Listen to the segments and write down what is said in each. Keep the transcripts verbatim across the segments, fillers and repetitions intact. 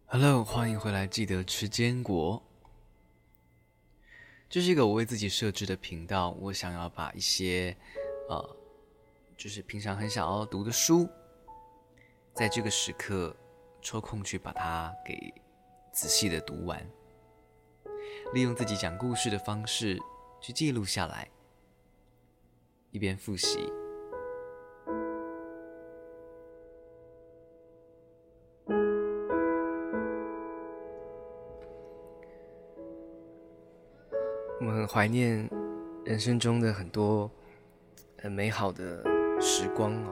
Hello，欢迎回来，记得吃坚果。这是一个我为自己设置的频道，我想要把一些，呃，就是平常很想要读的书，在这个时刻抽空去把它给仔细的读完，利用自己讲故事的方式去记录下来，一边复习。我们很怀念人生中的很多很美好的时光哦。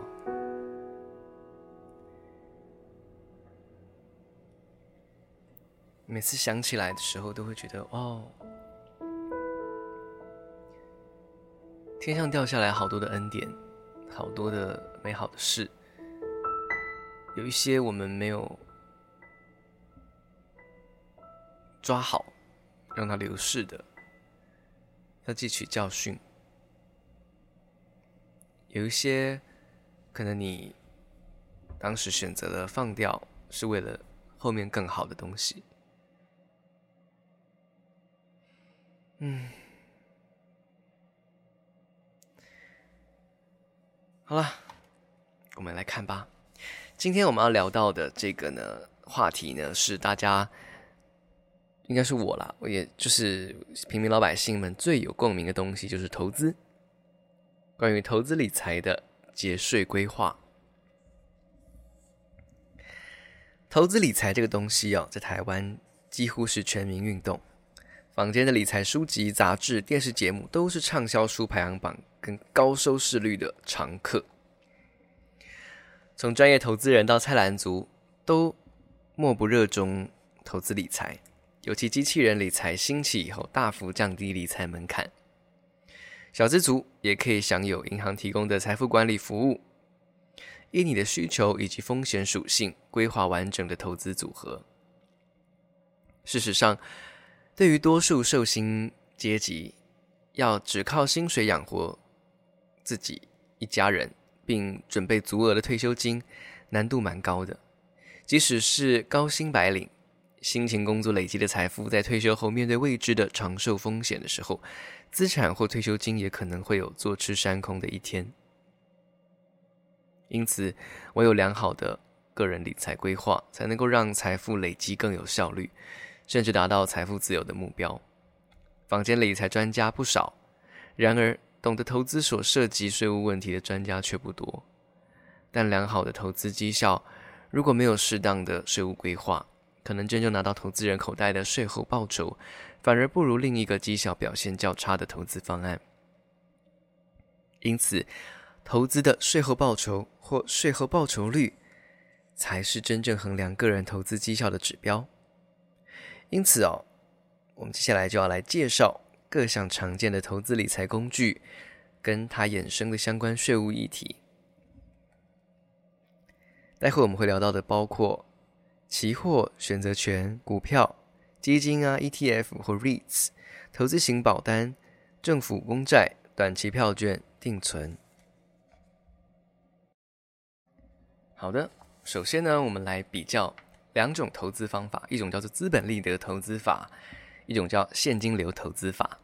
每次想起来的时候，都会觉得哦，天上掉下来好多的恩典，好多的美好的事，有一些我们没有抓好，让它流逝的。要汲取教训，有一些可能你当时选择了放掉，是为了后面更好的东西。嗯，好了，我们来看吧。今天我们要聊到的这个呢话题呢，是大家。应该是我啦，我也就是平民老百姓们最有共鸣的东西，就是投资。关于投资理财的节税规划，投资理财这个东西哦，在台湾几乎是全民运动。坊间的理财书籍、杂志、电视节目都是畅销书排行榜跟高收视率的常客。从专业投资人到菜篮族，都莫不热衷投资理财。尤其机器人理财兴起以后，大幅降低理财门槛，小资族也可以享有银行提供的财富管理服务，依你的需求以及风险属性规划完整的投资组合。事实上，对于多数受薪阶级，要只靠薪水养活自己一家人，并准备足额的退休金，难度蛮高的。即使是高薪白领，辛勤工作累积的财富，在退休后面对未知的长寿风险的时候，资产或退休金也可能会有坐吃山空的一天。因此，唯有良好的个人理财规划，才能够让财富累积更有效率，甚至达到财富自由的目标。坊间理财专家不少，然而懂得投资所涉及税务问题的专家却不多。但良好的投资绩效，如果没有适当的税务规划，可能真正拿到投资人口袋的税后报酬，反而不如另一个绩效表现较差的投资方案。因此，投资的税后报酬或税后报酬率，才是真正衡量个人投资绩效的指标。因此哦，我们接下来就要来介绍各项常见的投资理财工具，跟它衍生的相关税务议题。待会我们会聊到的包括期货、选择权、股票、基金啊、E T F 或 REITs、投资型保单、政府公债、短期票券、定存。好的，首先呢，我们来比较两种投资方法，一种叫做资本利得投资法，一种叫现金流投资法。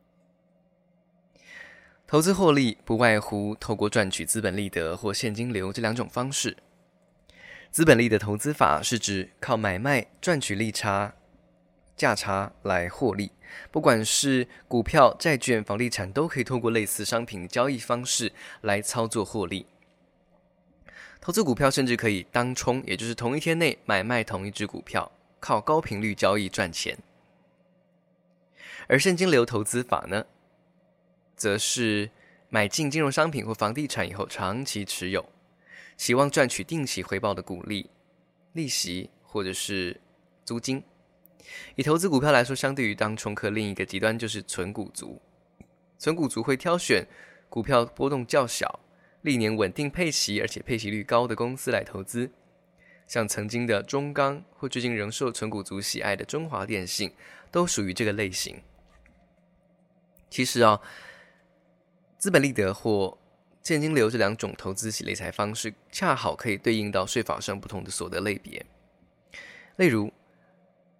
投资获利不外乎透过赚取资本利得或现金流这两种方式。资本利得投资法是指靠买卖赚取利差、价差来获利，不管是股票、债券、房地产，都可以透过类似商品交易方式来操作获利。投资股票甚至可以当冲，也就是同一天内买卖同一只股票，靠高频率交易赚钱。而现金流投资法呢，则是买进金融商品或房地产以后长期持有，期望赚取定期回报的股利、利息或者是租金。以投资股票来说，相对于当冲客，另一个极端就是存股族。存股族会挑选股票波动较小、历年稳定配息而且配息率高的公司来投资，像曾经的中钢或最近仍受存股族喜爱的中华电信，都属于这个类型。其实啊，资本利得或现金流这两种投资理财方式，恰好可以对应到税法上不同的所得类别。例如，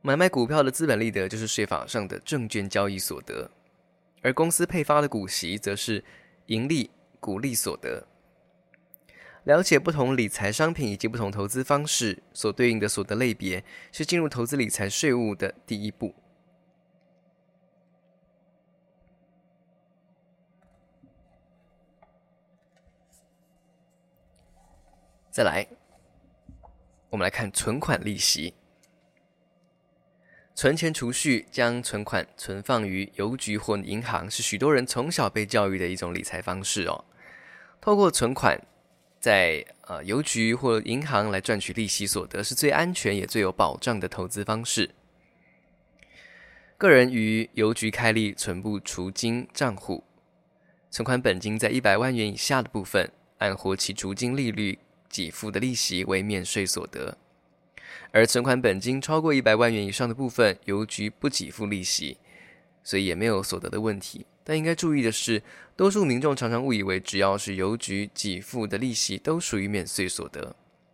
买卖股票的资本利得就是税法上的证券交易所得，而公司配发的股息则是盈利股利所得。了解不同理财商品以及不同投资方式所对应的所得类别，是进入投资理财税务的第一步。再来，我们来看存款利息。存钱储蓄，将存款存放于邮局或银行，是许多人从小被教育的一种理财方式哦。透过存款在呃邮局或银行来赚取利息所得，是最安全也最有保障的投资方式。个人于邮局开立存部储金账户，存款本金在一百万元以下的部分，按活期储金利率给付的利息为免税所得。而存款本金超过一百万元以上的部分，邮局不给付利息，所以也没有所得的问题。但应该注意的是，多数民众常常误以为只要是邮局给付的利息都属于免税所得。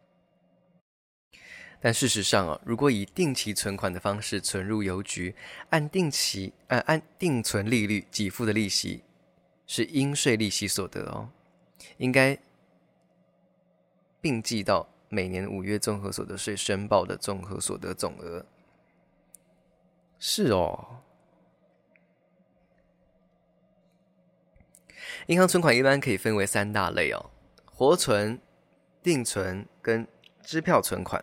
但事实上啊，如果以定期存款的方式存入邮局，按定期、呃、按定存利率给付的利息是应税利息所得哦，应该并计到每年五月综合所得税申报的综合所得总额。是哦。银行存款一般可以分为三大类哦：活存、定存跟支票存款。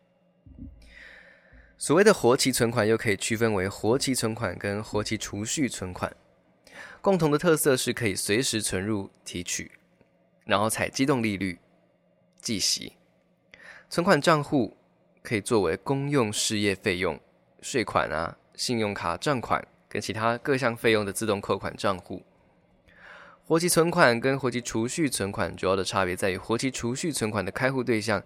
所谓的活期存款又可以区分为活期存款跟活期储蓄存款。共同的特色是可以随时存入提取，然后采机动利率计息。存款账户可以作为公用事业费用、税款啊、信用卡账款跟其他各项费用的自动扣款账户。活期存款跟活期储蓄存款主要的差别在于，活期储蓄存款的开户对象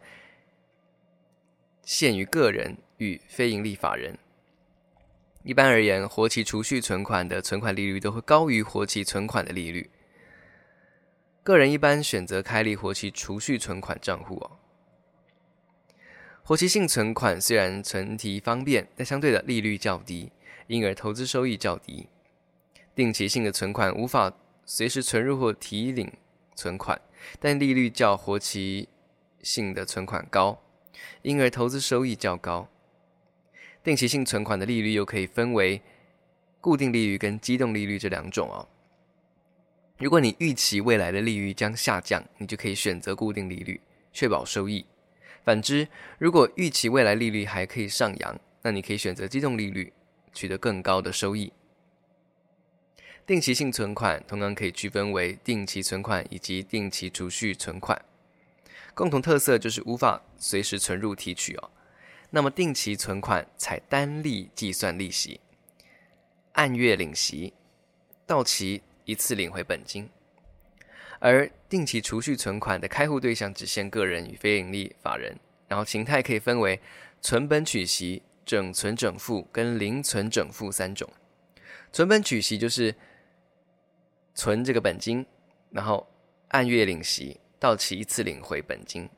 限于个人与非营利法人。一般而言，活期储蓄存款的存款利率都会高于活期存款的利率。个人一般选择开立活期储蓄存款账户哦。活期性存款虽然存提方便，但相对的利率较低，因而投资收益较低。定期性的存款无法随时存入或提领存款，但利率较活期性的存款高，因而投资收益较高。定期性存款的利率又可以分为固定利率跟机动利率这两种哦。如果你预期未来的利率将下降，你就可以选择固定利率，确保收益。反之，如果预期未来利率还可以上扬，那你可以选择机动利率，取得更高的收益。定期性存款同样可以区分为定期存款以及定期储蓄存款，共同特色就是无法随时存入提取哦。那么定期存款采单利计算利息，按月领息，到期一次领回本金。而定期储蓄存款的开户对象只限个人与非营利法人，然后形态可以分为存本取息、整存整付跟零存整付三种。存本取息就是存这个本金，然后按月领息，到期一次领回本金。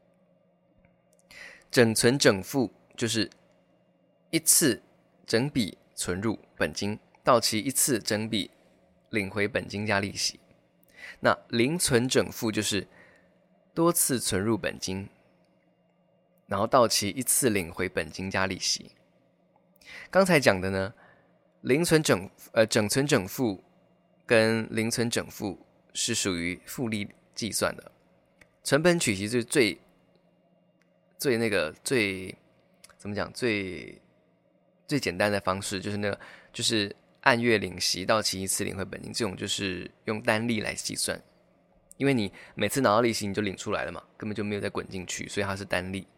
整存整付就是一次整笔存入本金，到期一次整笔领回本金加利息。那零存整付就是多次存入本金，然后到期一次领回本金加利息。刚才讲的呢，零存整呃整存整付跟零存整付是属于复利计算的，存本取息是最最那个最怎么讲最最简单的方式，就是那个就是按月领息，到期一次领回本金，这种就是用单利来计算，因为你每次拿到利息你就领出来了嘛，根本就没有再滚进去，所以它是单利。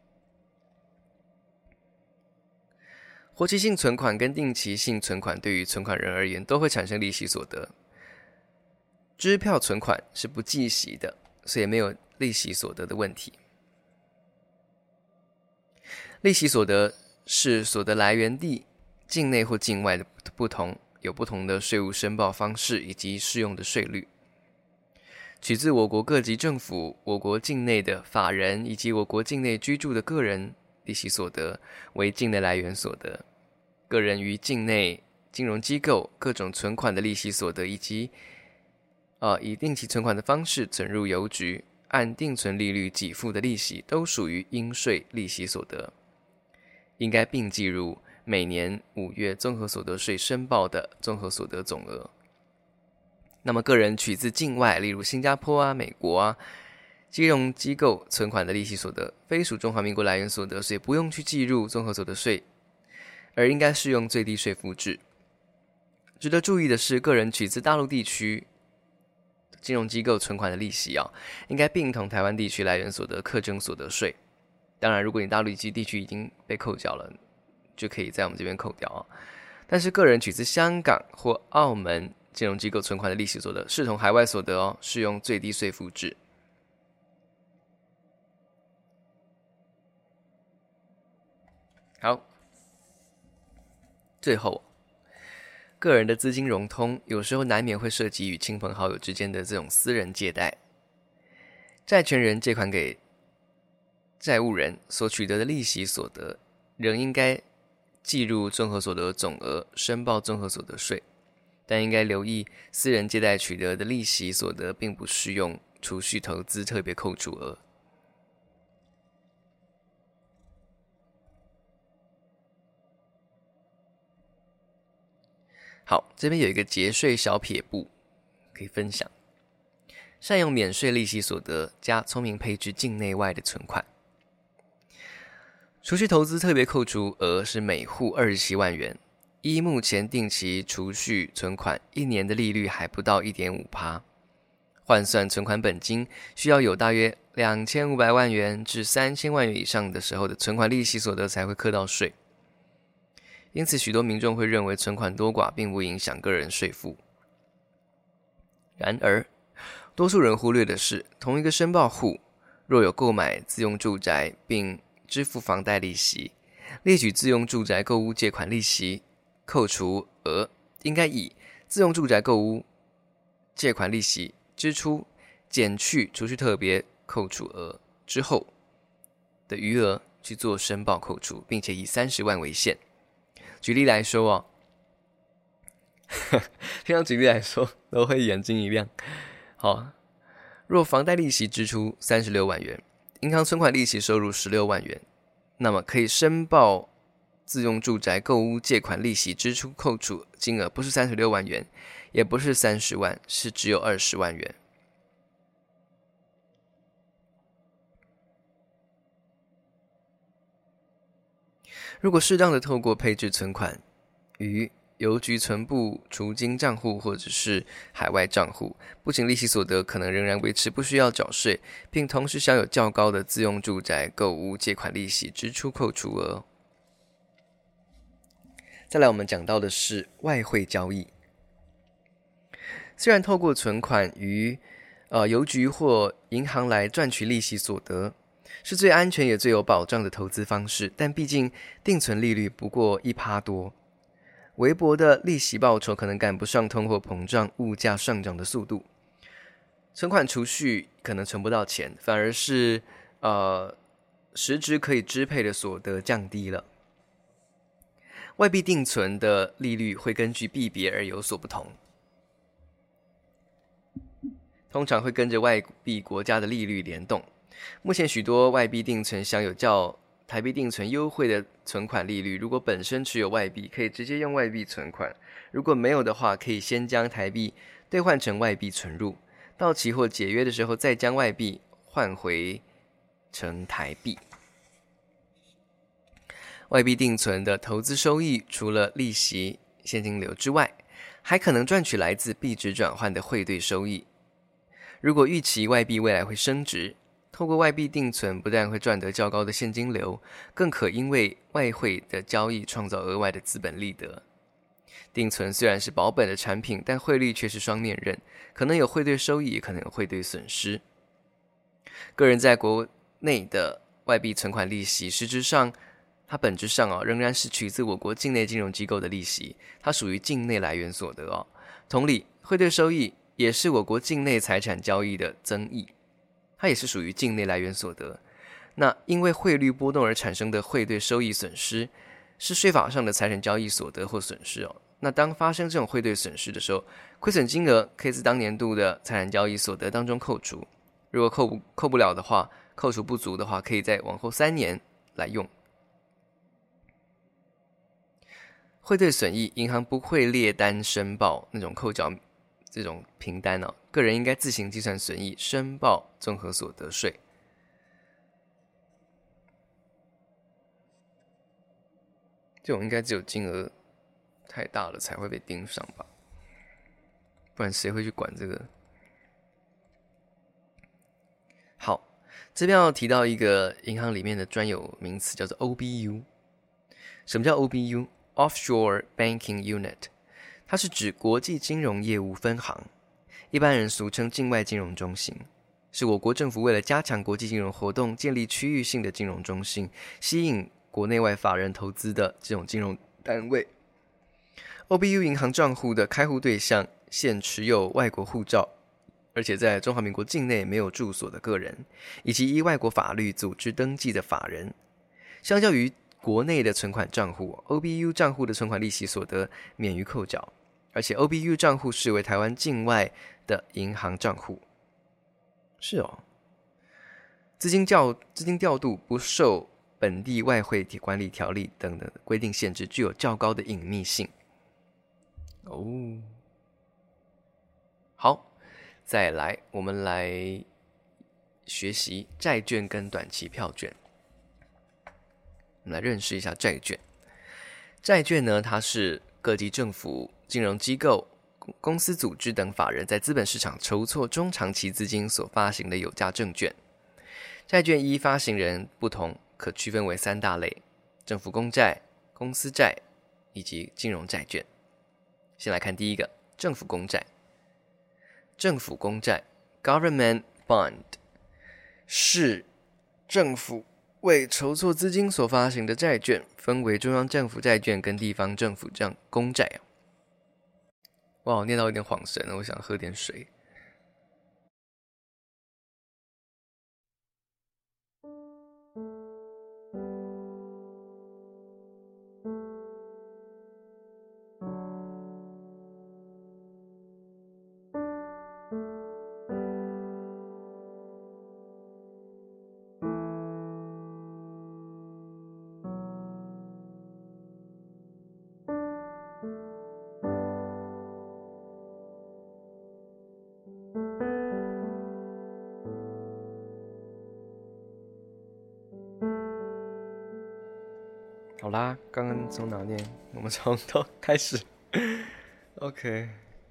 活期性存款跟定期性存款对于存款人而言都会产生利息所得，支票存款是不计息的，所以没有利息所得的问题。利息所得是所得来源地境内或境外的不同，有不同的税务申报方式以及适用的税率，取自我国各级政府、我国境内的法人以及我国境内居住的个人利息所得为境内来源所得。个人于境内金融机构各种存款的利息所得，以及呃以定期存款的方式存入邮局，按定存利率给付的利息，都属于应税利息所得，应该并计入每年五月综合所得税申报的综合所得总额。那么个人取自境外，例如新加坡啊、美国啊，金融机构存款的利息所得，非属中华民国来源所得税，不用去计入综合所得税，而应该适用最低税负制。值得注意的是，个人取自大陆地区金融机构存款的利息啊，应该并同台湾地区来源所得课征所得税。当然，如果你大陆地区已经被扣缴了，就可以在我们这边扣掉啊。但是个人取自香港或澳门金融机构存款的利息所得，视同海外所得哦，适用最低税负制。好，最后，个人的资金融通，有时候难免会涉及与亲朋好友之间的这种私人借贷。债权人借款给债务人所取得的利息所得，仍应该计入综合所得总额，申报综合所得税。但应该留意，私人借贷取得的利息所得并不适用储蓄投资特别扣除额。好，这边有一个节税小撇步可以分享：善用免税利息所得，加聪明配置境内外的存款。储蓄投资特别扣除额是每户二十七万元。依目前定期储蓄存款一年的利率还不到 百分之一点五， 换算存款本金需要有大约两千五百万元至三千万元以上的时候的存款利息所得才会课到税。因此许多民众会认为存款多寡并不影响个人税负。然而多数人忽略的是，同一个申报户若有购买自用住宅并支付房贷利息，列举自用住宅购屋借款利息扣除额，应该以自用住宅购屋借款利息支出减去储蓄特别扣除额之后的余额去做申报扣除，并且以三十万为限。举例来说哦，听到举例来说都会眼睛一亮。好，若房贷利息支出三十六万元，银行存款利息收入十六万元，那么可以申报自用住宅购屋借款利息支出扣除金额不是三十六万元，也不是三十万，是只有二十万元。如果适当的透过配置存款于邮局存部储金账户或者是海外账户，不仅利息所得可能仍然维持不需要缴税，并同时享有较高的自用住宅购屋借款利息支出扣除额。再来我们讲到的是外汇交易。虽然透过存款于呃邮局或银行来赚取利息所得，是最安全也最有保障的投资方式，但毕竟定存利率不过 百分之一 多，微薄的利息报酬可能赶不上通货膨胀物价上涨的速度。存款储蓄可能存不到钱，反而是呃实质可以支配的所得降低了。外币定存的利率会根据币别而有所不同，通常会跟着外币国家的利率联动。目前许多外币定存享有较台币定存优惠的存款利率，如果本身持有外币，可以直接用外币存款；如果没有的话，可以先将台币兑换成外币存入，到期或解约的时候再将外币换回成台币。外币定存的投资收益除了利息、现金流之外，还可能赚取来自币值转换的汇兑收益。如果预期外币未来会升值，透过外币定存不但会赚得较高的现金流，更可因为外汇的交易创造额外的资本利得。定存虽然是保本的产品，但汇率却是双面刃，可能有汇兑收益，也可能有汇兑损失。个人在国内的外币存款利息，实质上它本质上、哦、仍然是取自我国境内金融机构的利息，它属于境内来源所得、哦、同理，汇兑收益也是我国境内财产交易的增益，它也是属于境内来源所得。 那因为汇率波动而产生的汇兑收益损失，是税法上的财产交易所得或损失哦。那当发生这种汇兑损失的时候，亏损金额可以自当年度的财产交易所得当中扣除。如果扣不扣不了的话，扣除不足的话，可以在往后三年来用。汇兑损益，银行不会列单申报那种扣缴这种凭单哦，个人应该自行计算损益，申报综合所得税。这种应该只有金额太大了才会被盯上吧，不然谁会去管这个？好，这边要提到一个银行里面的专有名词，叫做 O B U。什么叫 O B U？Offshore Banking Unit， 它是指国际金融业务分行，一般人俗称境外金融中心，是我国政府为了加强国际金融活动，建立区域性的金融中心，吸引国内外法人投资的这种金融单位。O B U 银行账户的开户对象现持有外国护照，而且在中华民国境内没有住所的个人，以及依外国法律组织登记的法人。相较于国内的存款账户 ，O B U 账户的存款利息所得免于扣缴，而且 O B U 账户视为台湾境外的银行账户。是哦，资金调资金调度不受本地外汇管理条例等的规定限制，具有较高的隐秘性。哦，好，再来，我们来学习债券跟短期票券。我们来认识一下债券。债券呢，它是各级政府、金融机构、公司组织等法人在资本市场筹措中长期资金所发行的有价证券。债券依发行人不同，可区分为三大类：政府公债、公司债以及金融债券。先来看第一个，政府公债。政府公债 （Government Bond） 是政府为筹措资金所发行的债券，分为中央政府债券跟地方政府公债。哇，我念到有点恍神了，我想喝点水。好啦，刚刚从哪念？我们从头开始。OK。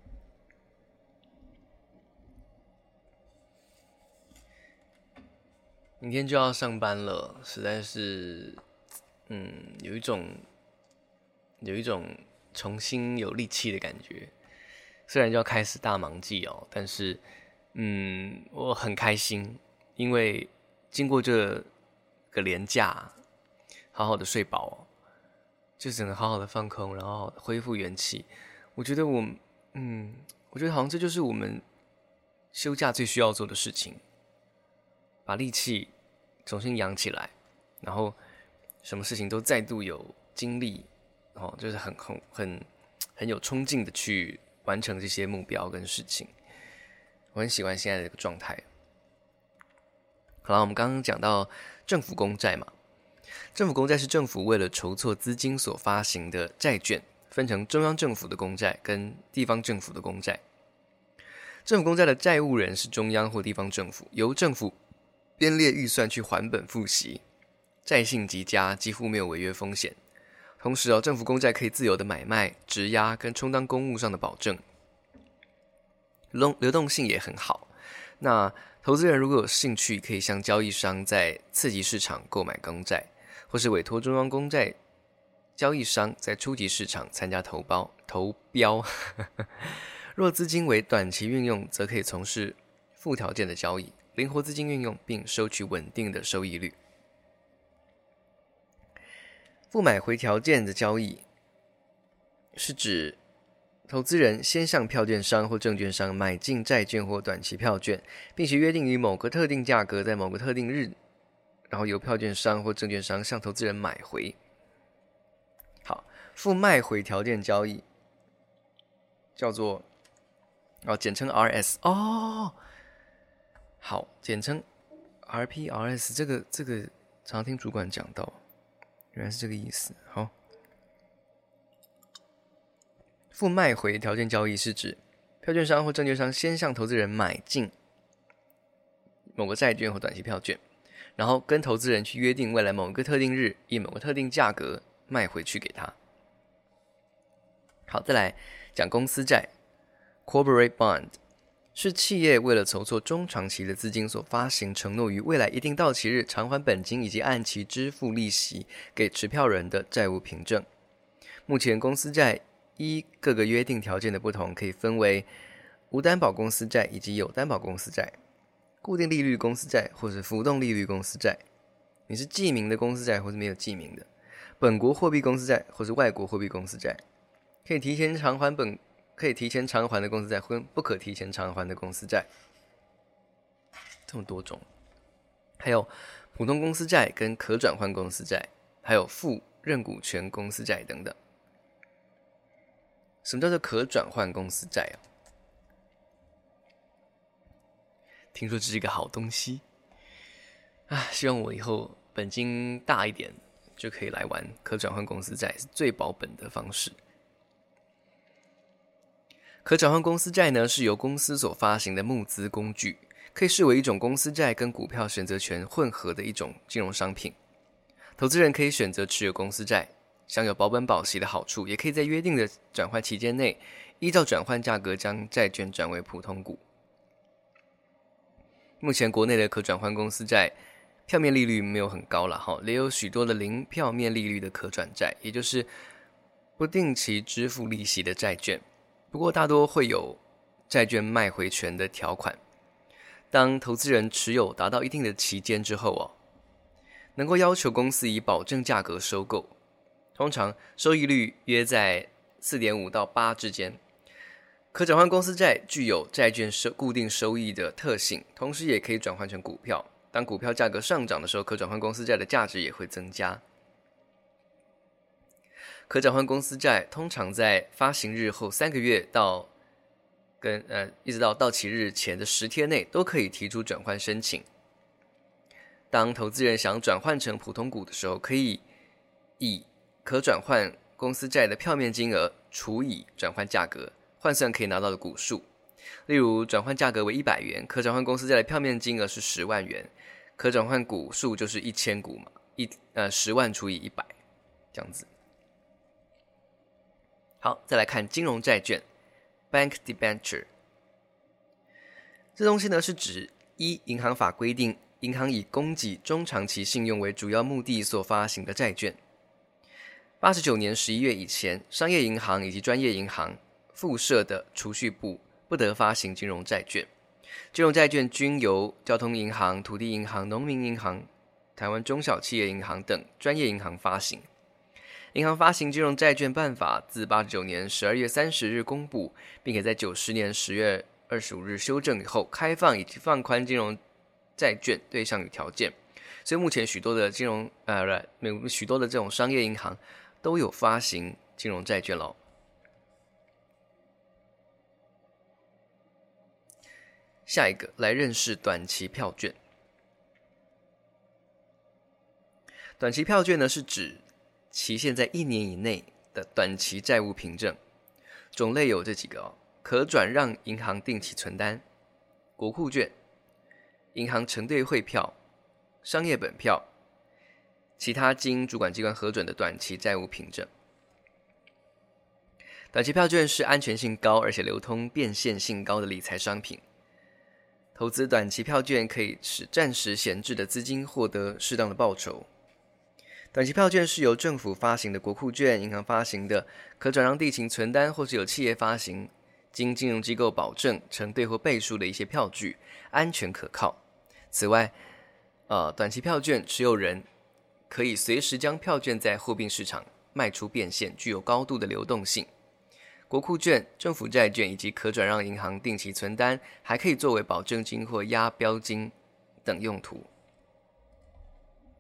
明天就要上班了，实在是，嗯，有一种有一种重新有力气的感觉。虽然就要开始大忙季哦，但是，嗯，我很开心，因为经过这个连假。好好的睡饱哦，就只能好好的放空，然后恢复元气。我觉得我，嗯，我觉得好像这就是我们休假最需要做的事情，把力气重新养起来，然后什么事情都再度有精力，哦，就是很很很很有冲劲的去完成这些目标跟事情。我很喜欢现在的这个状态。好了，我们刚刚讲到政府公债嘛。政府公债是政府为了筹措资金所发行的债券，分成中央政府的公债跟地方政府的公债。政府公债的债务人是中央或地方政府，由政府编列预算去还本付息，债性极佳，几乎没有违约风险。同时、哦、政府公债可以自由的买卖、质押跟充当公务上的保证，流动性也很好。那投资人如果有兴趣，可以向交易商在次级市场购买公债，或是委托中央公债交易商在初级市场参加投包投标。若资金为短期运用，则可以从事附条件的交易，灵活资金运用，并收取稳定的收益率。附买回条件的交易是指投资人先向票券商或证券商买进债券或短期票券，并且约定于某个特定价格在某个特定日然后由票券商或证券商向投资人买回。好，附卖回条件交易叫做哦，简称 R S 哦。好，简称 R P R S， 这个这个常听主管讲到，原来是这个意思。好，附卖回条件交易是指票券商或证券商先向投资人买进某个债券或短期票券，然后跟投资人去约定未来某一个特定日以某个特定价格卖回去给他。好，再来讲公司债 Corporate Bond， 是企业为了筹措中长期的资金所发行，承诺于未来一定到期日偿还本金以及按期支付利息给持票人的债务凭证。目前公司债依各个约定条件的不同，可以分为无担保公司债以及有担保公司债、固定利率公司债或是浮动利率公司债。你是记名的公司债或是没有记名的，本国货币公司债或是外国货币公司债，可以提前偿还本可以提前偿还的公司债和不可提前偿还的公司债，这么多种。还有普通公司债跟可转换公司债，还有负认股权公司债等等。什么叫做可转换公司债啊？听说这是一个好东西啊！希望我以后本金大一点，就可以来玩可转换公司债，是最保本的方式。可转换公司债呢，是由公司所发行的募资工具，可以视为一种公司债跟股票选择权混合的一种金融商品。投资人可以选择持有公司债，享有保本保息的好处，也可以在约定的转换期间内，依照转换价格将债券转为普通股。目前国内的可转换公司债票面利率没有很高啦，也有许多的零票面利率的可转债，也就是不定期支付利息的债券。不过大多会有债券卖回权的条款。当投资人持有达到一定的期间之后哦，能够要求公司以保证价格收购，通常收益率约在 四点五 到八之间。可转换公司债具有债券收固定收益的特性，同时也可以转换成股票。当股票价格上涨的时候，可转换公司债的价值也会增加。可转换公司债通常在发行日后三个月到跟呃一直到到期日前的十天内都可以提出转换申请。当投资人想转换成普通股的时候，可以以可转换公司债的票面金额除以转换价格，换算可以拿到的股数。例如转换价格为一百元，可转换公司债的票面金额是十万元，可转换股数就是一千股嘛，一呃十万除以一百，这样子。好，再来看金融债券 Bank Debenture。 这东西呢是指一银行法规定银行以供给中长期信用为主要目的所发行的债券。八十九年十一月以前，商业银行以及专业银行附设的储蓄部不得发行金融债券。金融债券均由交通银行、土地银行、农民银行、台湾中小企业银行等专业银行发行。银行发行金融债券办法自八十九年十二月三十日公布，并且在九十年十月二十五日修正以后，开放以及放宽金融债券对象与条件。所以目前许多的金融呃许多的这种商业银行都有发行金融债券咯。下一个来认识短期票券。短期票券呢是指期限在一年以内的短期债务凭证，种类有这几个哦：可转让银行定期存单、国库券、银行承兑汇票、商业本票、其他经主管机关核准的短期债务凭证。短期票券是安全性高而且流通变现性高的理财商品。投资短期票券可以使暂时闲置的资金获得适当的报酬。短期票券是由政府发行的国库券、银行发行的可转让定期存单，或是有企业发行经金融机构保证承兑或背书的一些票据，安全可靠。此外，呃，短期票券持有人可以随时将票券在货币市场卖出变现，具有高度的流动性。国库券、政府债券以及可转让银行定期存单还可以作为保证金或押标金等用途。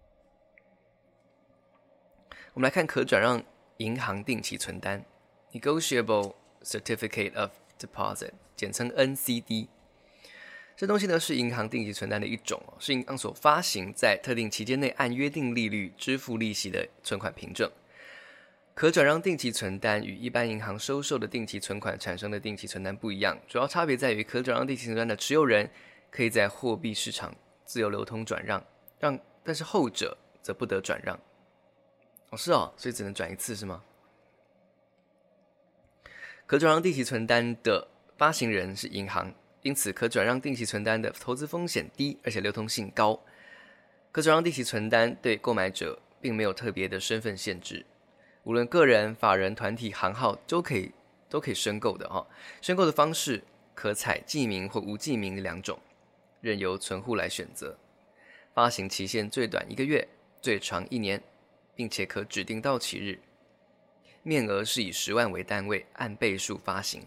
我们来看可转让银行定期存单 （Negotiable Certificate of Deposit）， 简称 N C D。这东西呢是银行定期存单的一种，是银行所发行在特定期间内按约定利率支付利息的存款凭证。可转让定期存单与一般银行收受的定期存款产生的定期存单不一样，主要差别在于可转让定期存单的持有人可以在货币市场自由流通转让，让但是后者则不得转让。哦，是哦，所以只能转一次是吗？可转让定期存单的发行人是银行，因此可转让定期存单的投资风险低，而且流通性高。可转让定期存单对购买者并没有特别的身份限制，无论个人、法人、团体、行号都可以都可以申购的哈。申购的方式可采记名或无记名两种，任由存户来选择。发行期限最短一个月，最长一年，并且可指定到期日。面额是以十万为单位，按倍数发行。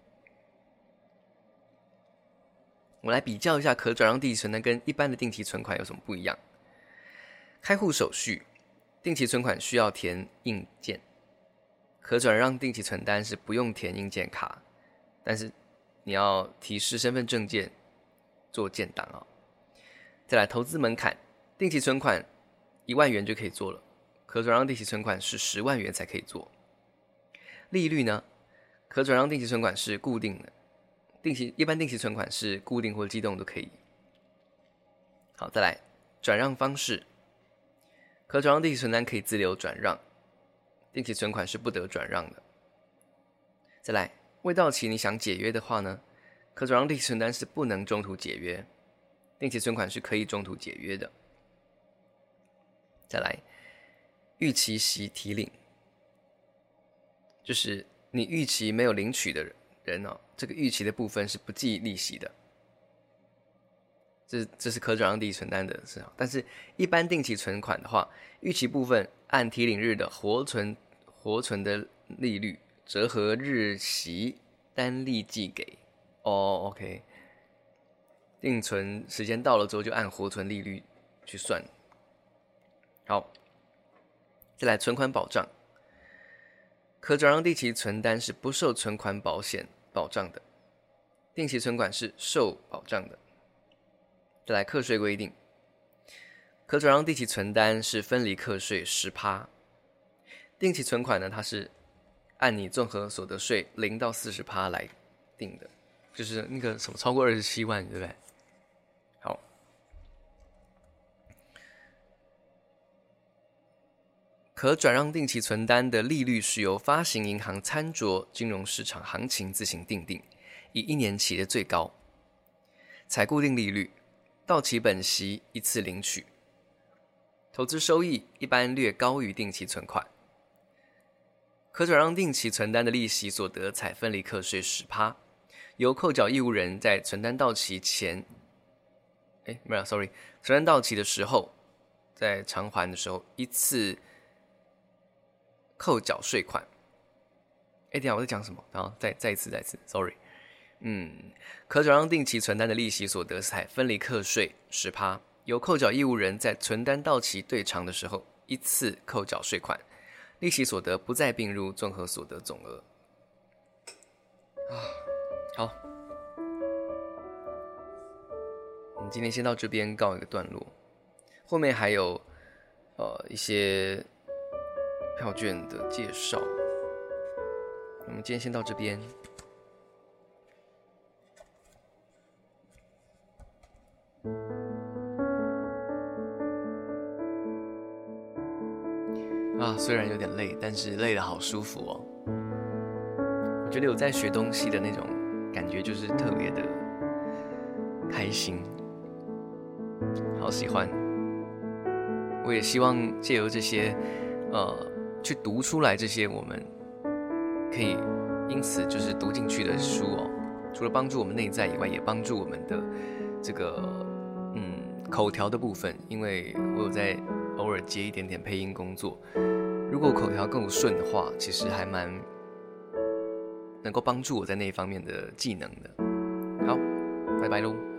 我来比较一下可转让定期存单跟一般的定期存款有什么不一样。开户手续，定期存款需要填印件，可转让定期存单是不用填印件卡，但是你要提示身份证件做建档哦。再来投资门槛，定期存款一万元就可以做了，可转让定期存款是十万元才可以做。利率呢？可转让定期存款是固定的，定期一般定期存款是固定或机动都可以。好，再来转让方式，可转让定期存单可以自留转让，定期存款是不得转让的。再来，未到期你想解约的话呢，可转让定期存单是不能中途解约，定期存款是可以中途解约的。再来，逾期息提领，就是你逾期没有领取的人哦，这个逾期的部分是不计利息的。这, 这是可转让定期存单的事，但是一般定期存款的话，逾期部分按提领日的活存活存的利率折合日息单利寄给。哦 ，OK， 定存时间到了之后就按活存利率去算。好，再来存款保障，可转让定期存单是不受存款保险保障的，定期存款是受保障的。再来课税规定，可转让定期存单是分离课税 百分之十， 定期存款呢，它是按你综合所得税零到 百分之四十 来定的，就是那个什么超过二十七万，对不对？好，可转让定期存单的利率是由发行银行参酌金融市场行情自行订定，以一年期的最高，采固定利率，到期本息一次领取，投资收益一般略高于定期存款。可转让定期存单的利息所得采分离课税 百分之十， 由扣缴义务人在存单到期前，哎，没有 ，sorry， 存单到期的时候，在偿还的时候一次扣缴税款。哎，等一下我在讲什么？好，再再一次，再一次 ，sorry。嗯，可转让定期存单的利息所得采分离课税 百分之十， 由扣缴义务人在存单到期对偿的时候一次扣缴税款，利息所得不再并入综合所得总额。啊，好，我们今天先到这边告一个段落，后面还有呃一些票券的介绍。我们今天先到这边。啊，虽然有点累，但是累得好舒服哦。我觉得有在学东西的那种感觉，就是特别的开心，好喜欢。我也希望借由这些，呃，去读出来这些我们可以因此就是读进去的书哦，除了帮助我们内在以外，也帮助我们的这个嗯口条的部分，因为我有在偶尔接一点点配音工作，如果口条更顺的话，其实还蛮能够帮助我在那一方面的技能的。好，拜拜喽。